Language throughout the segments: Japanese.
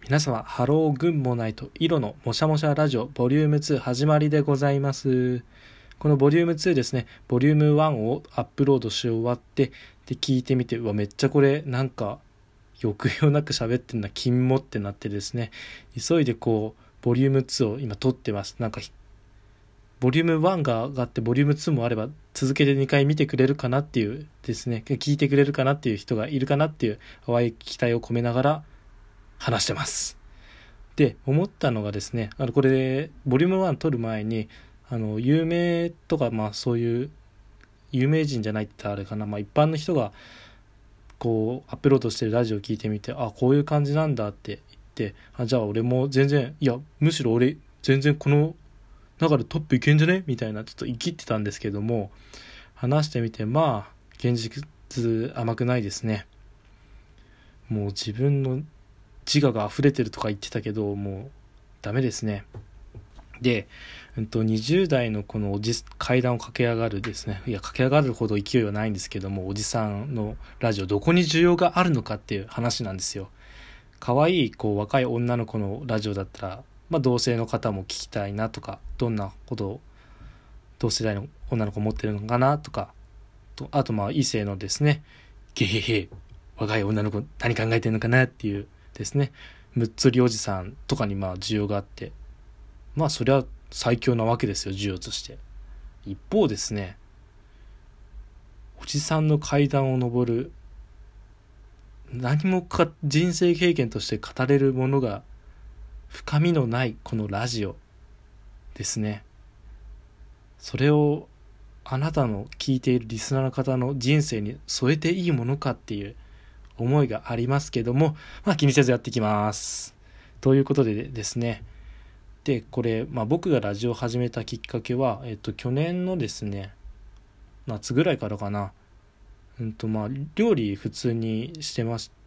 皆様ハローグンモナイト色のもしゃもしゃラジオボリューム2始まりでございます。このボリューム2ですね、ボリューム1をアップロードし終わってで聞いてみて、うわめっちゃこれなんか抑揚なく喋ってんな、金もってなってですね、急いでボリューム2を今撮ってます。なんかボリューム1が上がってボリューム2もあれば続けて2回見てくれるかなっていうですね、聞いてくれるかなっていう人がいるかなっていう淡い期待を込めながら話してます。で思ったのがですね、これボリューム1撮る前に有名とかそういう有名人じゃないって言ったらあれかな、一般の人がアップロードしてるラジオを聞いてみて、こういう感じなんだって言って、じゃあ俺も全然むしろ俺全然この中でトップいけんじゃねみたいなちょっと生きってたんですけども、話してみて現実甘くないですね。もう自分の自我が溢れてるとか言ってたけど、もうダメですね。で、20代のこの階段を駆け上がるですね、駆け上がるほど勢いはないんですけども、おじさんのラジオどこに需要があるのかっていう話なんですよ。可愛い若い女の子のラジオだったら、同性の方も聞きたいなとか、どんなことを同世代の女の子持ってるのかなとか、あと異性のですね、ゲヘヘ若い女の子何考えてるのかなっていうですね、むっつりおじさんとかに需要があって、そりゃ最強なわけですよ、需要として。一方ですね、おじさんの階段を上る何も人生経験として語れるものが深みのないこのラジオですね。それをあなたの聞いているリスナーの方の人生に添えていいものかっていう思いがありますけども、気にせずやっていきます。ということでですね、でこれ、僕がラジオを始めたきっかけは、去年のですね夏ぐらいからかな、料理普通にしてまして、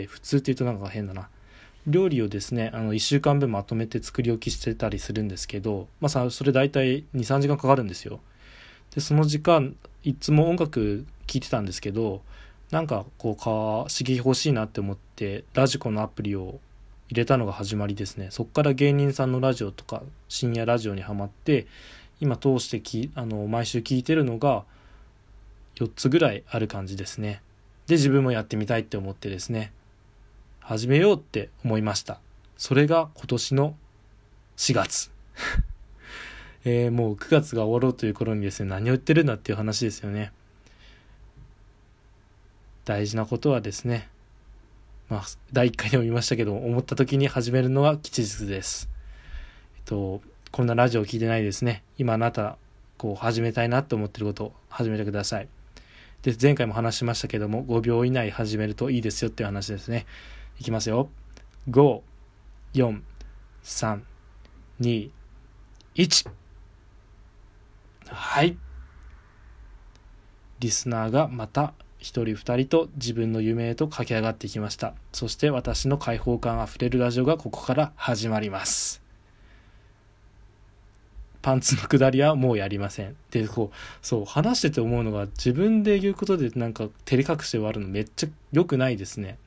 普通って言うとなんか変だな、料理をですね1週間分まとめて作り置きしてたりするんですけど、それ大体 2,3 時間かかるんですよ。でその時間いつも音楽聴いてたんですけど、なんか刺激欲しいなって思ってラジコのアプリを入れたのが始まりですね。そこから芸人さんのラジオとか深夜ラジオにハマって、今通して毎週聴いてるのが4つぐらいある感じですね。で自分もやってみたいって思ってですね、始めようって思いました。それが今年の4月もう9月が終わろうという頃にですね、何を言ってるんだっていう話ですよね。大事なことはですね、第1回でも言いましたけど、思った時に始めるのは吉日です。こんなラジオを聞いてないですね、今あなた始めたいなと思ってることを始めてください。で前回も話しましたけども、5秒以内始めるといいですよっていう話ですね。いきますよ。5、4、3、2、1。はい。リスナーがまた一人二人と自分の夢へと駆け上がってきました。そして私の開放感あふれるラジオがここから始まります。パンツの下りはもうやりません。で話してて思うのが、自分で言うことでなんか照れ隠して終わるのめっちゃ良くないですね。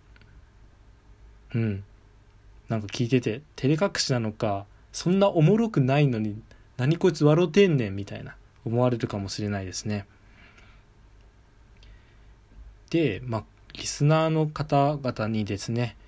なんか聞いてて照れ隠しなのか、そんなおもろくないのに何こいつ笑うてんねんみたいな思われるかもしれないですね。でリスナーの方々にですね、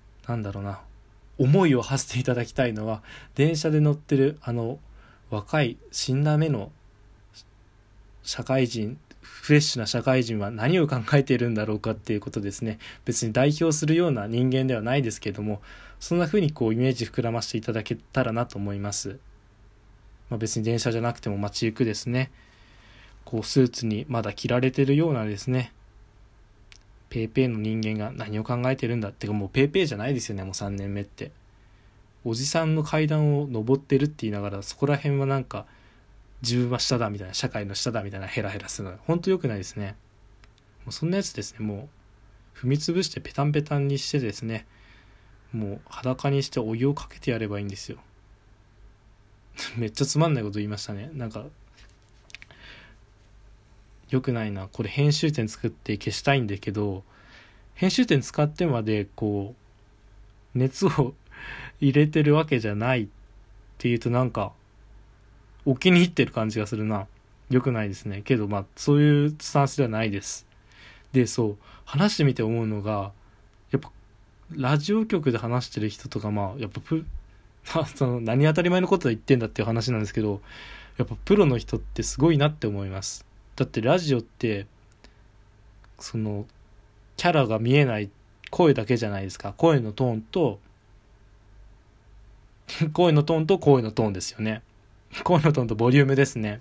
思いを馳せていただきたいのは、電車で乗ってる若い死んだ目の社会人、フレッシュな社会人は何を考えているんだろうかっていうことですね。別に代表するような人間ではないですけども、そんな風にイメージ膨らましていただけたらなと思います。別に電車じゃなくても街行くですね、スーツにまだ着られてるようなですね、ペーペーの人間が何を考えてるんだってか、もうペーペーじゃないですよね、もう3年目って。おじさんの階段を登ってるって言いながら、そこら辺はなんか自分は下だみたいな、社会の下だみたいなヘラヘラするの本当良くないですね。もうそんなやつですね、もう踏み潰してペタンペタンにしてですね、もう裸にしてお湯をかけてやればいいんですよめっちゃつまんないこと言いましたね。なんか良くないな。これ編集点作って消したいんだけど、編集点使ってまで熱を入れてるわけじゃないっていうとなんかお気に入ってる感じがするな。良くないですね。けどそういうスタンスではないです。で、そう話してみて思うのが、やっぱラジオ局で話してる人とかやっぱその何当たり前のこと言ってんだっていう話なんですけど、やっぱプロの人ってすごいなって思います。だってラジオってそのキャラが見えない声だけじゃないですか。声のトーンと声のトーンですよね。声のトーンとボリュームですね。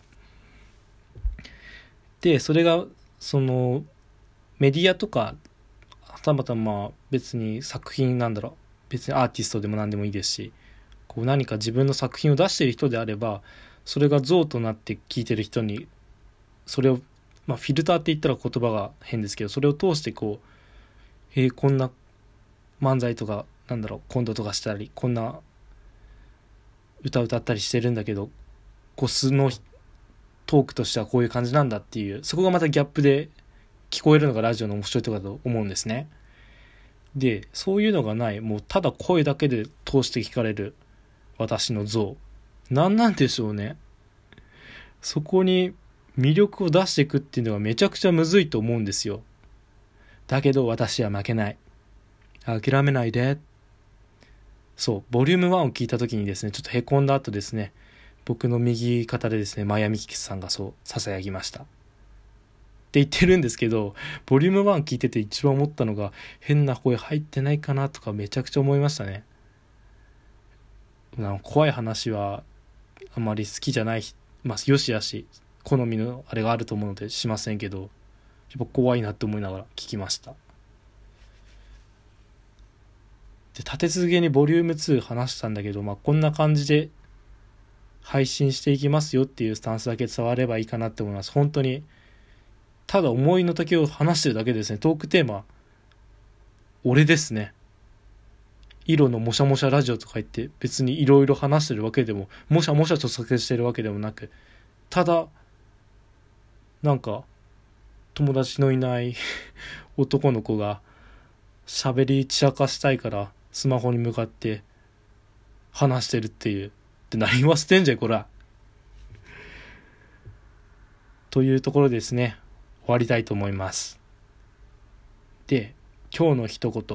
でそれがそのメディアとかはたまた別に作品別にアーティストでも何でもいいですし、こう何か自分の作品を出している人であれば、それが像となって聞いてる人にそれをフィルターって言ったら言葉が変ですけど、それを通してこんな漫才とかコントとかしたり、こんな歌ったりしてるんだけど、素のトークとしてはこういう感じなんだっていう、そこがまたギャップで聞こえるのがラジオの面白いところだと思うんですね。でそういうのがない、もうただ声だけで通して聞かれる私の像、何なんでしょうね。そこに魅力を出していくっていうのがめちゃくちゃむずいと思うんですよ。だけど私は負けない、諦めないで。そうボリューム1を聞いた時にですね、ちょっとへこんだ後ですね、僕の右肩でですねマヤミキスさんがそう囁きましたって言ってるんですけど、ボリューム1聞いてて一番思ったのが、変な声入ってないかなとかめちゃくちゃ思いましたね。怖い話はあまり好きじゃない、よしあし好みのあれがあると思うのでしませんけど、やっぱ怖いなって思いながら聞きました。で立て続けにボリューム2話したんだけど、こんな感じで配信していきますよっていうスタンスだけ伝わればいいかなって思います。本当にただ思いの丈を話してるだけですね。トークテーマ俺ですね。色のもしゃもしゃラジオとか言って別にいろいろ話してるわけでも、もしゃもしゃ著作してるわけでもなく、ただ友達のいない男の子が喋り散らかしたいからスマホに向かって話してるっていう、で何はしてんじゃんこらというところですね。終わりたいと思います。で今日の一言、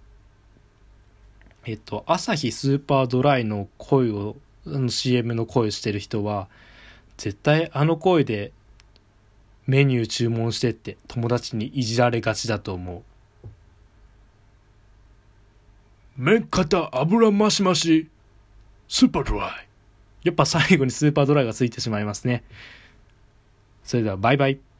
アサヒスーパードライの声をCM の声してる人は絶対あの声でメニュー注文してって友達にいじられがちだと思う。麺肩油増し増しスーパードライ、やっぱ最後にスーパードライがついてしまいますね。それではバイバイ。